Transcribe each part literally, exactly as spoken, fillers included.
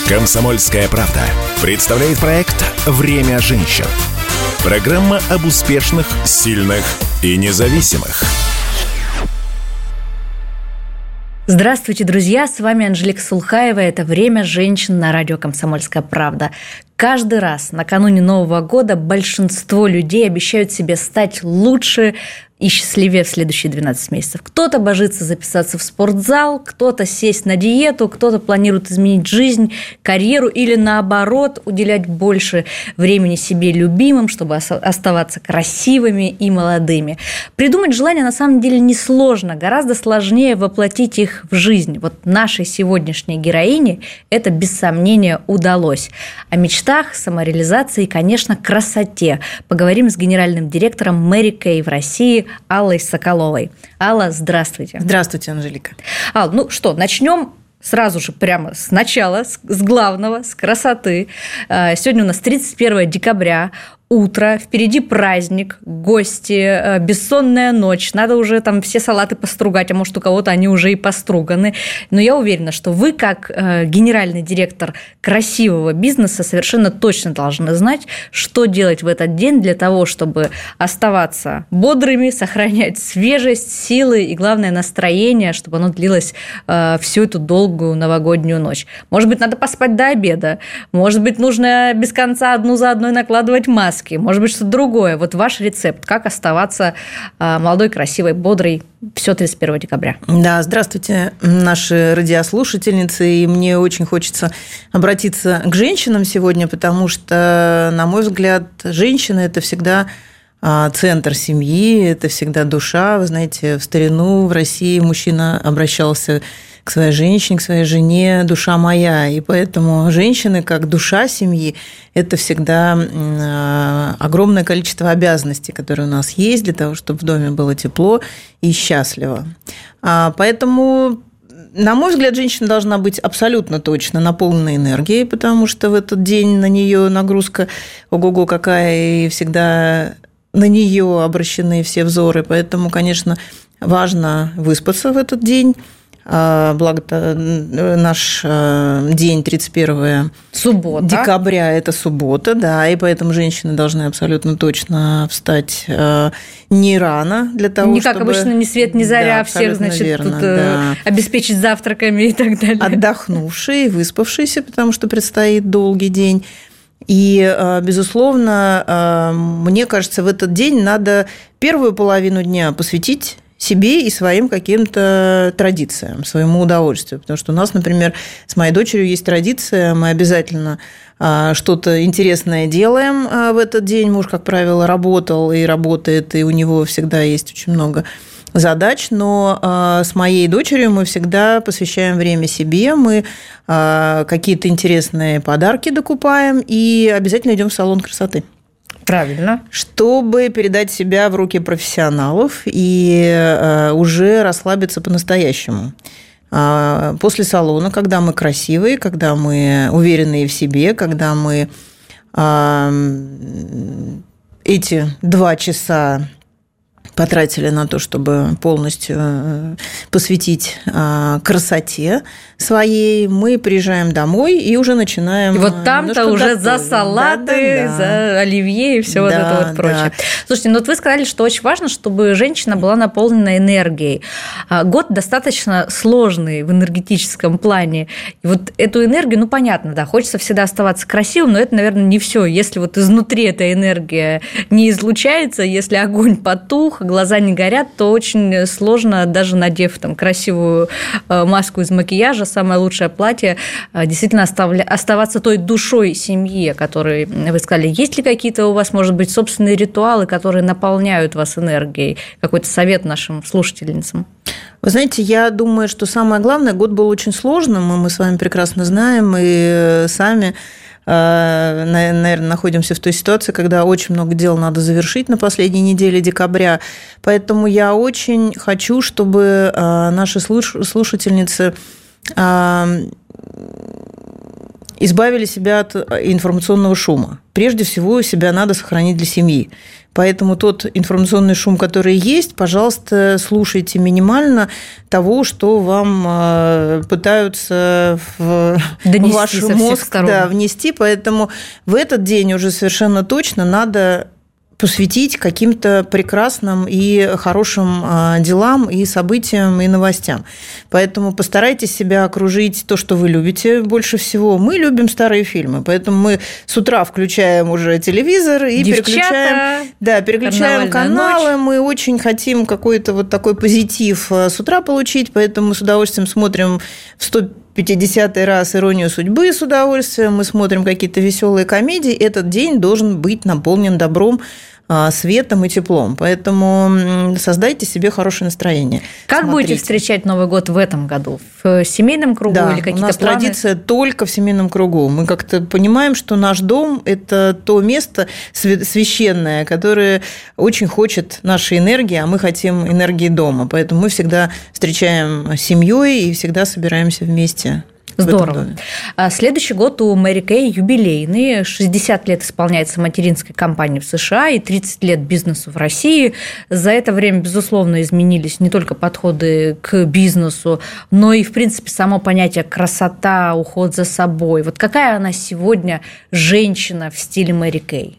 «Комсомольская правда» представляет проект «Время женщин». Программа об успешных, сильных и независимых. Здравствуйте, друзья! С вами Анжелика Сулхаева. Это «Время женщин» на радио «Комсомольская правда». Каждый раз накануне Нового года большинство людей обещают себе стать лучше и счастливее в следующие двенадцать месяцев. Кто-то божится записаться в спортзал, кто-то сесть на диету, кто-то планирует изменить жизнь, карьеру или, наоборот, уделять больше времени себе любимым, чтобы оставаться красивыми и молодыми. Придумать желания на самом деле несложно, гораздо сложнее воплотить их в жизнь. Вот нашей сегодняшней героине это, без сомнения, удалось. О мечтах, самореализации и, конечно, красоте поговорим с генеральным директором Мэри Кей в России Аллой Соколовой. Алла, здравствуйте. Здравствуйте, Анжелика. Алла, ну что, начнем сразу же прямо с начала, с главного, с красоты. Сегодня у нас тридцать первое декабря. Утро, впереди праздник, гости, бессонная ночь. Надо уже там все салаты постругать, а может, у кого-то они уже и поструганы. Но я уверена, что вы, как генеральный директор красивого бизнеса, совершенно точно должны знать, что делать в этот день для того, чтобы оставаться бодрыми, сохранять свежесть, силы и, главное, настроение, чтобы оно длилось всю эту долгую новогоднюю ночь. Может быть, надо поспать до обеда. Может быть, нужно без конца одну за одной накладывать маски. Может быть, что-то другое. Вот ваш рецепт, как оставаться молодой, красивой, бодрой все тридцать первого декабря. Да, здравствуйте, наши радиослушательницы. И мне очень хочется обратиться к женщинам сегодня, потому что, на мой взгляд, женщина – это всегда центр семьи, это всегда душа. Вы знаете, в старину в России мужчина обращался к своей женщине, к своей жене, душа моя. И поэтому женщины, как душа семьи, это всегда огромное количество обязанностей, которые у нас есть для того, чтобы в доме было тепло и счастливо. Поэтому, на мой взгляд, женщина должна быть абсолютно точно наполнена энергией, потому что в этот день на нее нагрузка ого-го какая, и всегда на нее обращены все взоры. Поэтому, конечно, важно выспаться в этот день. Благо наш день тридцать первого суббота. Декабря – это суббота, да, и поэтому женщины должны абсолютно точно встать не рано для того, не чтобы… Не как обычно, ни свет, ни заря, да, всех, значит, верно, тут да. обеспечить завтраками и так далее. Отдохнувшие, выспавшиеся, потому что предстоит долгий день. И, безусловно, мне кажется, в этот день надо первую половину дня посвятить себе и своим каким-то традициям, своему удовольствию. Потому что у нас, например, с моей дочерью есть традиция, мы обязательно что-то интересное делаем в этот день. Муж, как правило, работал и работает, и у него всегда есть очень много задач, но с моей дочерью мы всегда посвящаем время себе, мы какие-то интересные подарки докупаем и обязательно идем в салон красоты. Правильно. Чтобы передать себя в руки профессионалов и уже расслабиться по-настоящему. После салона, когда мы красивые, когда мы уверенные в себе, когда мы эти два часа потратили на то, чтобы полностью посвятить красоте своей, мы приезжаем домой и уже начинаем… И вот там-то уже готовить. За салаты, да, да, да. За оливье и все да, вот это вот прочее. Да. Слушайте, ну вот вы сказали, что очень важно, чтобы женщина была наполнена энергией. Год достаточно сложный в энергетическом плане. И вот эту энергию, ну понятно, да, хочется всегда оставаться красивым, но это, наверное, не все. Если вот изнутри эта энергия не излучается, если огонь потух, глаза не горят, то очень сложно, даже надев там красивую маску из макияжа, самое лучшее платье, действительно оставля... оставаться той душой семьи, о которой вы сказали. Есть ли какие-то у вас, может быть, собственные ритуалы, которые наполняют вас энергией? Какой-то совет нашим слушательницам? Вы знаете, я думаю, что самое главное, год был очень сложным, и мы с вами прекрасно знаем, и сами наверное, находимся в той ситуации, когда очень много дел надо завершить на последней неделе декабря. Поэтому я очень хочу, чтобы наши слушательницы избавили себя от информационного шума. Прежде всего, себя надо сохранить для семьи. Поэтому тот информационный шум, который есть, пожалуйста, слушайте минимально того, что вам пытаются в донести ваш мозг да, внести. Поэтому в этот день уже совершенно точно надо посвятить каким-то прекрасным и хорошим делам, и событиям, и новостям. Поэтому постарайтесь себя окружить то, что вы любите больше всего. Мы любим старые фильмы, поэтому мы с утра включаем уже телевизор и Девчата, переключаем, да, переключаем каналы. Ночь. Мы очень хотим какой-то вот такой позитив с утра получить, поэтому с удовольствием смотрим в сто пятидесятый раз «Иронию судьбы» с удовольствием, мы смотрим какие-то веселые комедии. Этот день должен быть наполнен добром, светом и теплом. Поэтому создайте себе хорошее настроение. Как Смотрите. Будете встречать Новый год в этом году? В семейном кругу да, или какие-то у нас планы? Традиция только в семейном кругу. Мы как-то понимаем, что наш дом – это то место священное, которое очень хочет нашей энергии, а мы хотим энергии дома. Поэтому мы всегда встречаем с семьей и всегда собираемся вместе. Здорово. Следующий год у Мэри Кей юбилейный. шестьдесят лет исполняется материнской компании в США и тридцать лет бизнесу в России. За это время, безусловно, изменились не только подходы к бизнесу, но и, в принципе, само понятие красота, уход за собой. Вот какая она сегодня женщина в стиле Мэри Кей?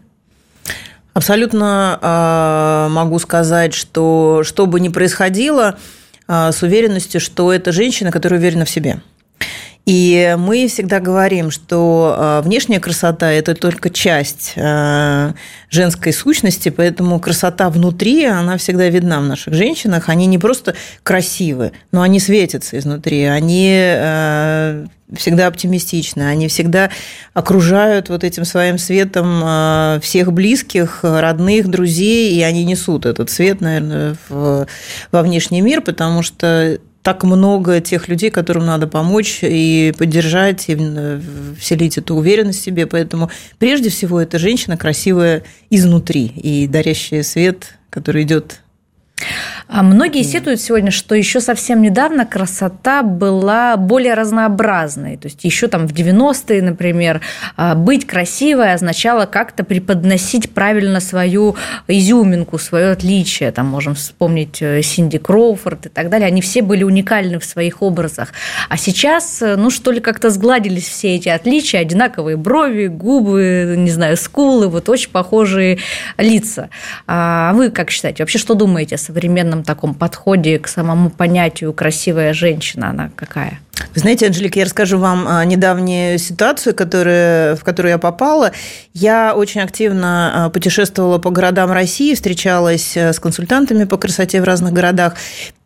Абсолютно могу сказать, что что бы ни происходило, с уверенностью, что это женщина, которая уверена в себе. И мы всегда говорим, что внешняя красота – это только часть женской сущности, поэтому красота внутри, она всегда видна в наших женщинах. Они не просто красивы, но они светятся изнутри, они всегда оптимистичны, они всегда окружают вот этим своим светом всех близких, родных, друзей, и они несут этот свет, наверное, во внешний мир, потому что так много тех людей, которым надо помочь и поддержать, и вселить эту уверенность в себе. Поэтому прежде всего это женщина красивая изнутри и дарящая свет, который идет. А многие сетуют сегодня, что еще совсем недавно красота была более разнообразной. То есть еще там в девяностые, например, быть красивой означало как-то преподносить правильно свою изюминку, свое отличие. Там можем вспомнить Синди Кроуфорд и так далее. Они все были уникальны в своих образах. А сейчас, ну что ли, как-то сгладились все эти отличия, одинаковые брови, губы, не знаю, скулы, вот очень похожие лица. А вы как считаете? Вообще, что думаете о современном таком подходе к самому понятию «красивая женщина», она какая? Вы знаете, Анжелика, я расскажу вам недавнюю ситуацию, которая, в которую я попала. Я очень активно путешествовала по городам России, встречалась с консультантами по красоте в разных городах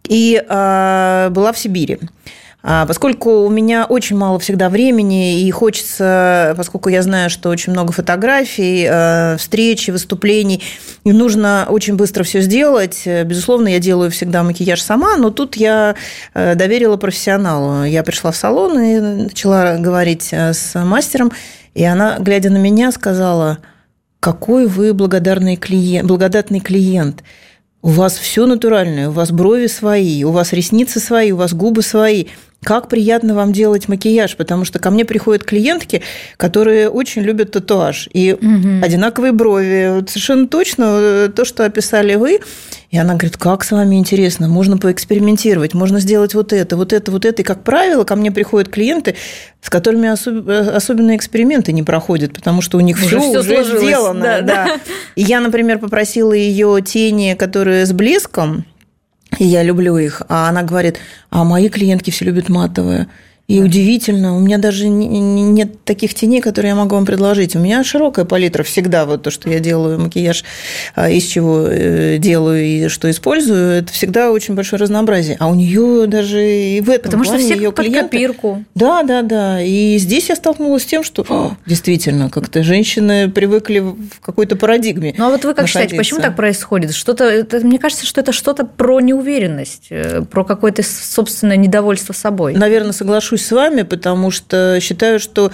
и была в Сибири. Поскольку у меня очень мало всегда времени, и хочется, поскольку я знаю, что очень много фотографий, встреч, выступлений, и нужно очень быстро все сделать, безусловно, я делаю всегда макияж сама, но тут я доверила профессионалу. Я пришла в салон и начала говорить с мастером, и она, глядя на меня, сказала: «Какой вы благодарный клиент, благодатный клиент! У вас все натуральное, у вас брови свои, у вас ресницы свои, у вас губы свои. Как приятно вам делать макияж, потому что ко мне приходят клиентки, которые очень любят татуаж. И угу. одинаковые брови, вот совершенно точно то, что описали вы. И она говорит: как с вами интересно, можно поэкспериментировать, можно сделать вот это, вот это, вот это. И, как правило, ко мне приходят клиенты, с которыми особ... особенно эксперименты не проходят, потому что у них уже все уже сделано. Да, да. Да. И я, например, попросила ее тени, которые с блеском, и я люблю их, а она говорит: а мои клиентки все любят матовые. И удивительно, у меня даже нет таких теней, которые я могу вам предложить. У меня широкая палитра всегда, вот то, что я делаю, макияж, из чего делаю и что использую, это всегда очень большое разнообразие. А у нее даже и в этом Потому плане что все ее под клиенты... копирку. Да, да, да. И здесь я столкнулась с тем, что о, действительно, как-то женщины привыкли в какой-то парадигме. Ну, а вот вы как находиться. считаете, почему так происходит? Что-то, это, мне кажется, что это что-то про неуверенность, про какое-то собственное недовольство собой. Наверное, соглашусь с вами, потому что считаю, что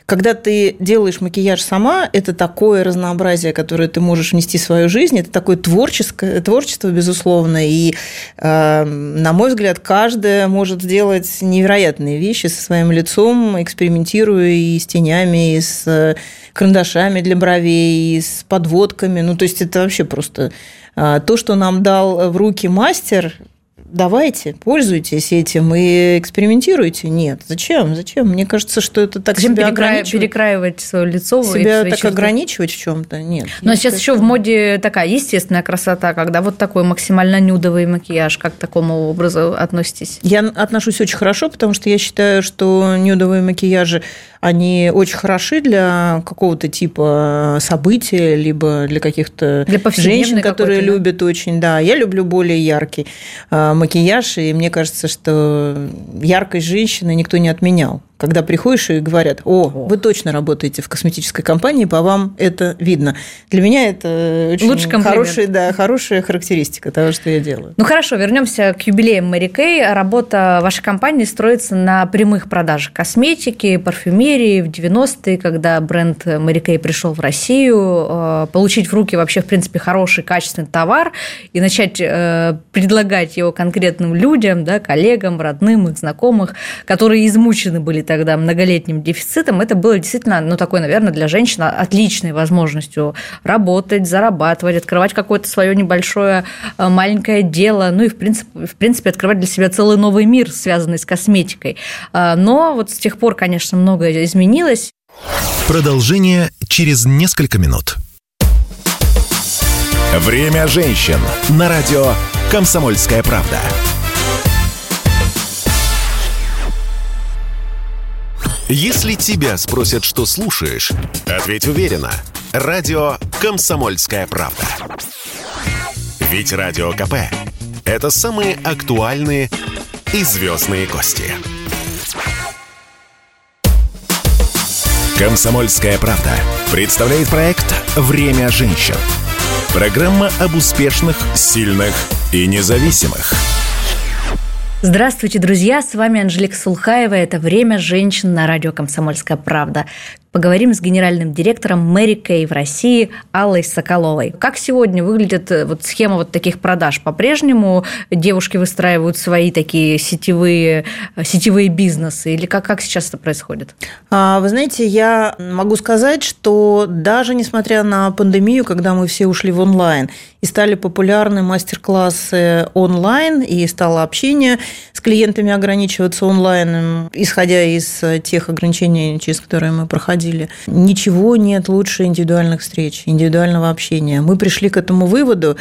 когда ты делаешь макияж сама, это такое разнообразие, которое ты можешь внести в свою жизнь, это такое творческое, творчество, безусловно, и, э, на мой взгляд, каждая может сделать невероятные вещи со своим лицом, экспериментируя и с тенями, и с карандашами для бровей, и с подводками, ну, то есть это вообще просто то, что нам дал в руки мастер. Давайте, пользуйтесь этим и экспериментируйте. Нет, зачем? Зачем? Мне кажется, что это так зачем себя перекра... ограничивать. перекраивать свое лицо? Себя так чувства. ограничивать в чем-то? Нет. Но Нет, сейчас еще в моде такая естественная красота, когда вот такой максимально нюдовый макияж. Как к такому образу относитесь? Я отношусь очень хорошо, потому что я считаю, что нюдовые макияжи, они очень хороши для какого-то типа события, либо для каких-то для женщин, которые да? любят очень. Да, я люблю более яркий макияж, и мне кажется, что яркость женщины никто не отменял. Когда приходишь и говорят: о, вы точно работаете в косметической компании, по вам это видно. Для меня это очень хорошая, да, хорошая характеристика того, что я делаю. Ну хорошо, вернемся к юбилеям Мэри Кей. Работа вашей компании строится на прямых продажах косметики, парфюмерии. В девяностые, когда бренд Мэри Кей пришел в Россию, получить в руки вообще, в принципе, хороший, качественный товар и начать предлагать его конкретным людям, да, коллегам, родным, их знакомых, которые измучены были тогда многолетним дефицитом, это было действительно, ну, такой, наверное, для женщин отличной возможностью работать, зарабатывать, открывать какое-то свое небольшое маленькое дело, ну и, в принципе, в принципе, открывать для себя целый новый мир, связанный с косметикой. Но вот с тех пор, конечно, многое изменилось. Продолжение через несколько минут. Время женщин на радио «Комсомольская правда». Если тебя спросят, что слушаешь, ответь уверенно. Радио «Комсомольская правда». Ведь Радио КП – это самые актуальные и звездные гости. «Комсомольская правда» представляет проект «Время женщин». Программа об успешных, сильных и независимых. Здравствуйте, друзья! С вами Анжелика Сулхаева. Это «Время женщин» на радио «Комсомольская правда». Поговорим с генеральным директором Мэри Кей в России Аллой Соколовой. Как сегодня выглядит вот схема вот таких продаж? По-прежнему девушки выстраивают свои такие сетевые, сетевые бизнесы? Или как, как сейчас это происходит? Вы знаете, я могу сказать, что даже несмотря на пандемию, когда мы все ушли в онлайн и стали популярны мастер-классы онлайн, и стало общение с клиентами ограничиваться онлайн, исходя из тех ограничений, через которые мы проходили, ничего нет лучше индивидуальных встреч, индивидуального общения. Мы пришли к этому выводу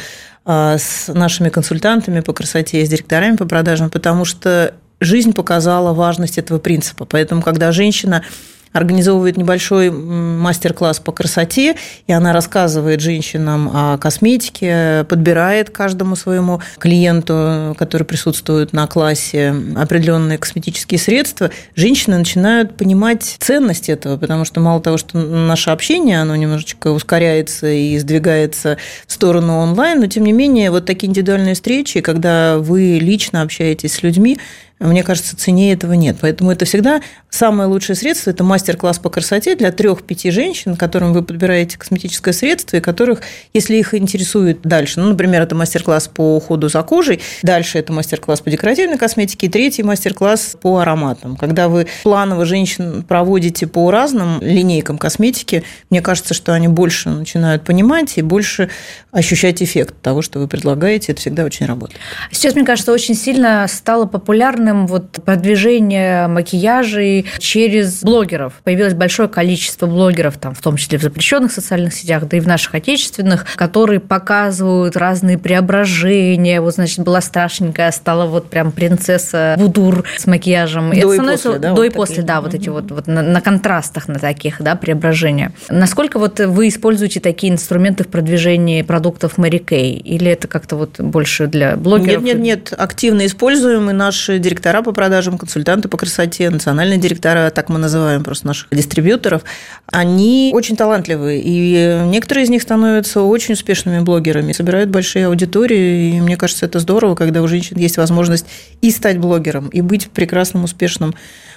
с нашими консультантами по красоте и с директорами по продажам, потому что жизнь показала важность этого принципа. Поэтому, когда женщина организовывает небольшой мастер-класс по красоте, и она рассказывает женщинам о косметике, подбирает каждому своему клиенту, который присутствует на классе, определенные косметические средства, женщины начинают понимать ценность этого, потому что мало того, что наше общение, оно немножечко ускоряется и сдвигается в сторону онлайн, но тем не менее вот такие индивидуальные встречи, когда вы лично общаетесь с людьми, мне кажется, цене этого нет. Поэтому это всегда самое лучшее средство – это мастер-класс по красоте для трех-пяти женщин, которым вы подбираете косметическое средство, и которых, если их интересует дальше, ну, например, это мастер-класс по уходу за кожей, дальше это мастер-класс по декоративной косметике, и третий мастер-класс по ароматам. Когда вы планово женщин проводите по разным линейкам косметики, мне кажется, что они больше начинают понимать и больше ощущать эффект того, что вы предлагаете. Это всегда очень работает. Сейчас, мне кажется, очень сильно стало популярным вот продвижение макияжей через блогеров. Появилось большое количество блогеров, там, в том числе в запрещенных социальных сетях, да и в наших отечественных, которые показывают разные преображения. Вот, значит, была страшненькая, стала вот прям принцесса Будур с макияжем. До и, и после, да? До вот и после, такие. да, вот эти вот, вот на, на контрастах, на таких, да, преображения. Насколько вот вы используете такие инструменты в продвижении продуктов Мэри Кей? Или это как-то вот больше для блогеров? Нет, нет, нет, активно используем, и наши директора по продажам, консультанты по красоте, национальные директора, так мы называем просто наших дистрибьюторов, они очень талантливые, и некоторые из них становятся очень успешными блогерами, собирают большие аудитории, и мне кажется, это здорово, когда у женщин есть возможность и стать блогером, и быть прекрасным, успешным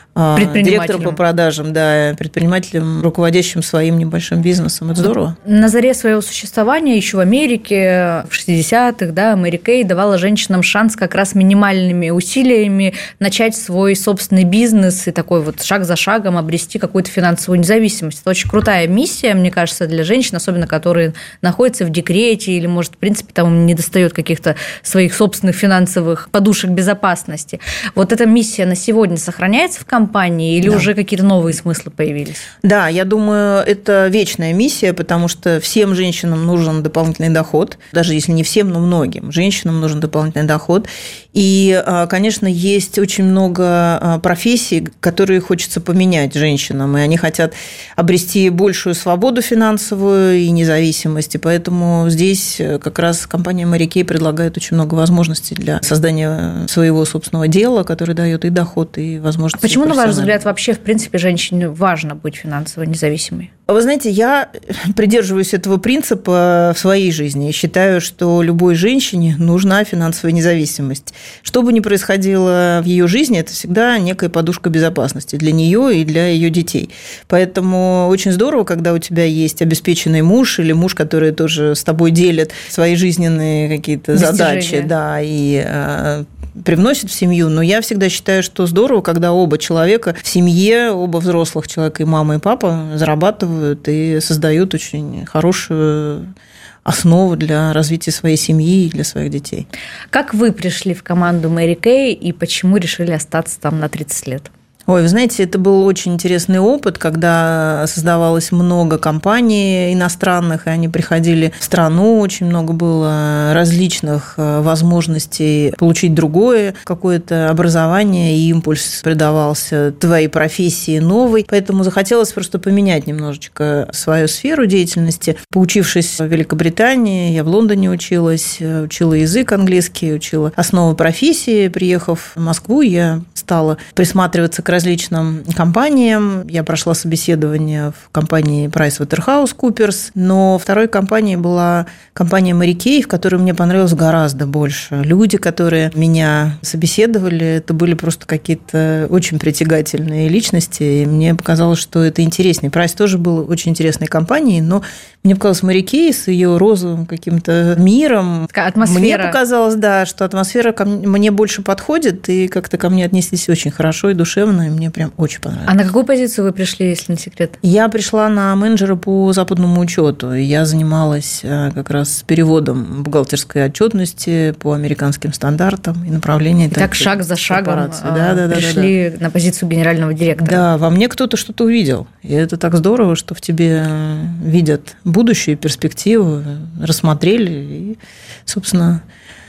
директором по продажам, да, предпринимателем, руководящим своим небольшим бизнесом. Это здорово. На заре своего существования еще в Америке в шестидесятых, да, Мэри Кей давала женщинам шанс как раз минимальными усилиями начать свой собственный бизнес и такой вот шаг за шагом обрести какую-то финансовую независимость. Это очень крутая миссия, мне кажется, для женщин, особенно которые находятся в декрете или, может, в принципе, там не достает каких-то своих собственных финансовых подушек безопасности. Вот эта миссия на сегодня сохраняется в компании или да. уже какие-то новые смыслы появились? Да, я думаю, это вечная миссия, потому что всем женщинам нужен дополнительный доход, даже если не всем, но многим женщинам нужен дополнительный доход. И, конечно, есть очень много профессий, которые хочется поменять женщинам, и они хотят обрести большую свободу финансовую и независимость, и поэтому здесь как раз компания Мэри Кей предлагает очень много возможностей для создания своего собственного дела, которое дает и доход, и возможности. Почему, на ваш взгляд, вообще, в принципе, женщине важно быть финансово независимой? Вы знаете, я придерживаюсь этого принципа в своей жизни и считаю, что любой женщине нужна финансовая независимость. Что бы ни происходило в ее жизни, это всегда некая подушка безопасности для нее и для ее детей. Поэтому очень здорово, когда у тебя есть обеспеченный муж или муж, который тоже с тобой делит свои жизненные какие-то задачи, да, и э, привносит в семью. Но я всегда считаю, что здорово, когда оба человека в семье, оба взрослых человека, и мама, и папа, зарабатывают и создают очень хорошую основу для развития своей семьи и для своих детей. Как вы пришли в команду Мэри Кей и почему решили остаться там на тридцать лет? Ой, вы знаете, это был очень интересный опыт, когда создавалось много компаний иностранных, и они приходили в страну, очень много было различных возможностей получить другое какое-то образование, и импульс придавался твоей профессии новой, поэтому захотелось просто поменять немножечко свою сферу деятельности. Поучившись в Великобритании, я в Лондоне училась, учила язык английский, учила основы профессии. Приехав в Москву, я стала присматриваться к различным компаниям. Я прошла собеседование в компании PricewaterhouseCoopers, но второй компанией была компания Мэри Кей, в которой мне понравилось гораздо больше. Люди, которые меня собеседовали, это были просто какие-то очень притягательные личности, и мне показалось, что это интереснее. Прайс тоже был очень интересной компанией, но мне показалось, Мэри Кей с ее розовым каким-то миром. Атмосфера. Мне показалось, да, что атмосфера ко мне, мне больше подходит, и как-то ко мне отнеслись очень хорошо и душевно, и мне прям очень понравилось. А на какую позицию вы пришли, если не секрет? Я пришла на менеджера по западному учету, и я занималась как раз переводом бухгалтерской отчетности по американским стандартам и направлениям. И так шаг за шагом да, да, пришли да, да. на позицию генерального директора. Да, во мне кто-то что-то увидел, и это так здорово, что в тебе видят будущее, перспективу, рассмотрели, и, собственно,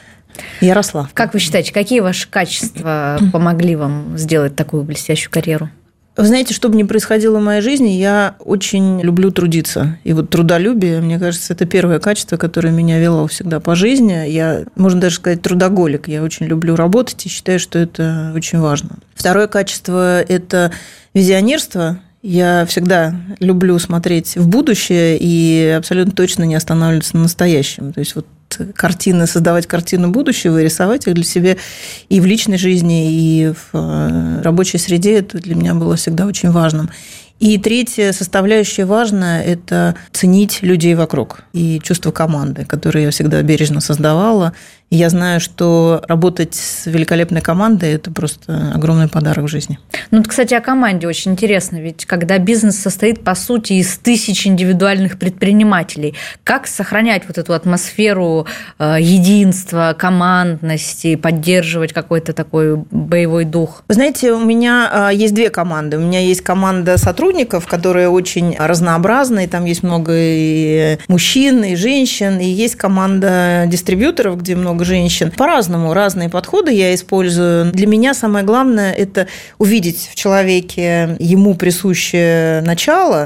я росла. Как вы считаете, какие ваши качества помогли вам сделать такую блестящую карьеру? Вы знаете, что бы ни происходило в моей жизни, я очень люблю трудиться. И вот трудолюбие, мне кажется, это первое качество, которое меня вело всегда по жизни. Я, можно даже сказать, трудоголик. Я очень люблю работать и считаю, что это очень важно. Второе качество – это визионерство. Я всегда люблю смотреть в будущее и абсолютно точно не останавливаться на настоящем. То есть вот картины, создавать картину будущего и рисовать их для себя и в личной жизни, и в рабочей среде, это для меня было всегда очень важным. И третья составляющая важная – это ценить людей вокруг и чувство команды, которое я всегда бережно создавала. И я знаю, что работать с великолепной командой – это просто огромный подарок в жизни. Ну, кстати, о команде очень интересно, ведь когда бизнес состоит, по сути, из тысяч индивидуальных предпринимателей, как сохранять вот эту атмосферу единства, командности, поддерживать какой-то такой боевой дух? Вы знаете, у меня есть две команды. У меня есть команда сотрудников, которые очень разнообразные, там есть много и мужчин, и женщин, и есть команда дистрибьюторов, где много женщин. По-разному, разные подходы я использую. Для меня самое главное – это увидеть в человеке ему присущее начало,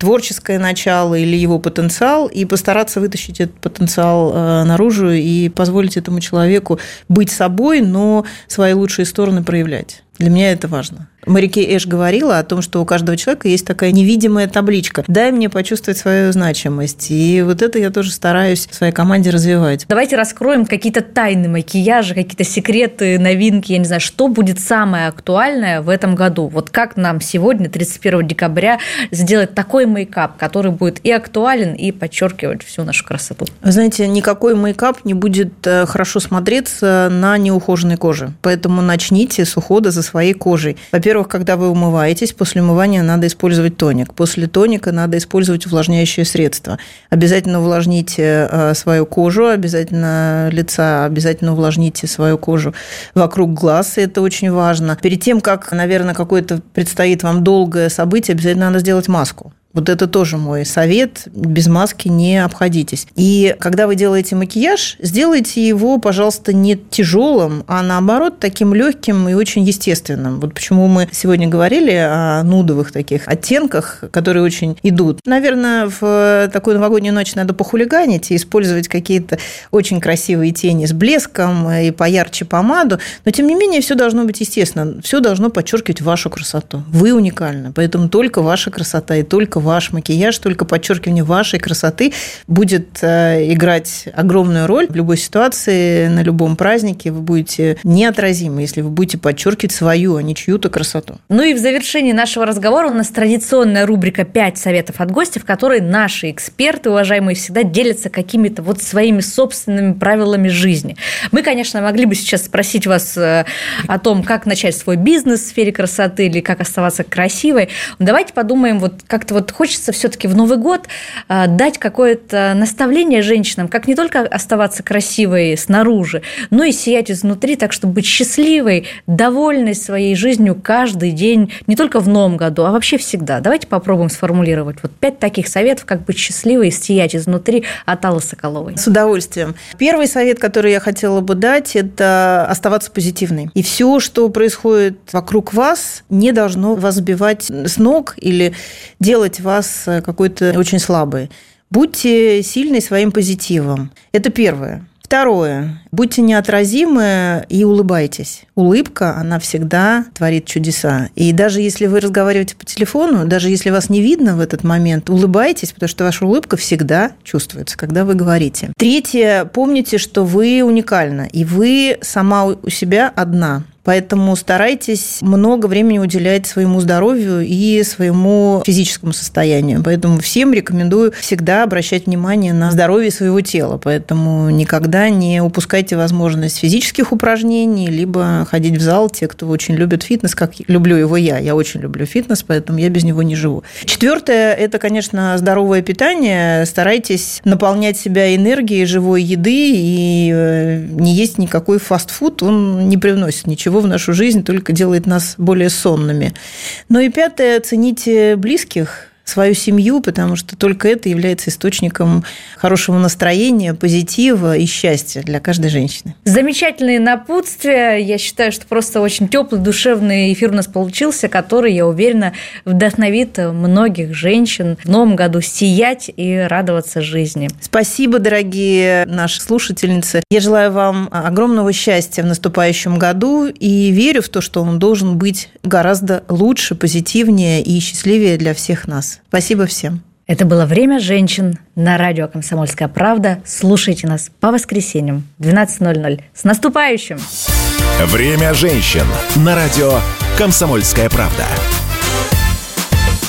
творческое начало или его потенциал, и постараться вытащить этот потенциал наружу и позволить этому человеку быть собой, но свои лучшие стороны проявлять. Для меня это важно. Мэри Кей Эш говорила о том, что у каждого человека есть такая невидимая табличка. Дай мне почувствовать свою значимость. И вот это я тоже стараюсь в своей команде развивать. Давайте раскроем какие-то тайны макияжа, какие-то секреты, новинки. Я не знаю, что будет самое актуальное в этом году. Вот как нам сегодня, тридцать первого декабря, сделать такой мейкап, который будет и актуален, и подчеркивать всю нашу красоту? Вы знаете, никакой мейкап не будет хорошо смотреться на неухоженной коже. Поэтому начните с ухода за своей кожей. Во-первых, когда вы умываетесь, после умывания надо использовать тоник. После тоника надо использовать увлажняющее средство. Обязательно увлажните свою кожу, обязательно лица, обязательно увлажните свою кожу вокруг глаз, и это очень важно. Перед тем, как, наверное, какое-то предстоит вам долгое событие, обязательно надо сделать маску. Вот это тоже мой совет. Без маски не обходитесь. И когда вы делаете макияж, сделайте его, пожалуйста, не тяжелым, а наоборот таким легким и очень естественным. Вот почему мы сегодня говорили о нудовых таких оттенках, которые очень идут. Наверное, в такую новогоднюю ночь надо похулиганить и использовать какие-то очень красивые тени с блеском и поярче помаду. Но, тем не менее, все должно быть естественно. Все должно подчеркивать вашу красоту. Вы уникальны. Поэтому только ваша красота и только ваш макияж, только подчеркивание вашей красоты будет играть огромную роль в любой ситуации, на любом празднике. Вы будете неотразимы, если вы будете подчеркивать свою, а не чью-то красоту. Ну и в завершении нашего разговора у нас традиционная рубрика «пять советов от гостя», в которой наши эксперты, уважаемые, всегда делятся какими-то вот своими собственными правилами жизни. Мы, конечно, могли бы сейчас спросить вас о том, как начать свой бизнес в сфере красоты или как оставаться красивой. Давайте подумаем, вот как-то вот хочется все-таки в Новый год дать какое-то наставление женщинам, как не только оставаться красивой снаружи, но и сиять изнутри, так чтобы быть счастливой, довольной своей жизнью каждый день, не только в Новом году, а вообще всегда. Давайте попробуем сформулировать вот пять таких советов, как быть счастливой и сиять изнутри от Аллы Соколовой. С удовольствием. Первый совет, который я хотела бы дать, это оставаться позитивной. И все, что происходит вокруг вас, не должно вас сбивать с ног или делать вас какой-то очень слабой. Будьте сильны своим позитивом. Это первое. Второе. Будьте неотразимы и улыбайтесь. Улыбка, она всегда творит чудеса. И даже если вы разговариваете по телефону, даже если вас не видно в этот момент, улыбайтесь, потому что ваша улыбка всегда чувствуется, когда вы говорите. Третье. Помните, что вы уникальны, и вы сама у себя одна. Поэтому старайтесь много времени уделять своему здоровью и своему физическому состоянию. Поэтому всем рекомендую всегда обращать внимание на здоровье своего тела. Поэтому никогда не упускайте возможность физических упражнений, либо ходить в зал. Те, кто очень любит фитнес, как люблю его я. Я очень люблю фитнес, поэтому я без него не живу. Четвертое – это, конечно, здоровое питание. Старайтесь наполнять себя энергией живой еды и не есть никакой фастфуд. Он не привносит ничего в нашу жизнь, только делает нас более сонными. Ну и пятое, цените близких, свою семью, потому что только это является источником хорошего настроения, позитива и счастья для каждой женщины. Замечательные напутствия. Я считаю, что просто очень теплый, душевный эфир у нас получился, который, я уверена, вдохновит многих женщин в новом году сиять и радоваться жизни. Спасибо, дорогие наши слушательницы. Я желаю вам огромного счастья в наступающем году и верю в то, что он должен быть гораздо лучше, позитивнее и счастливее для всех нас. Спасибо всем. Это было «Время женщин» на радио «Комсомольская правда». Слушайте нас по воскресеньям в двенадцать ноль ноль. С наступающим! «Время женщин» на радио «Комсомольская правда».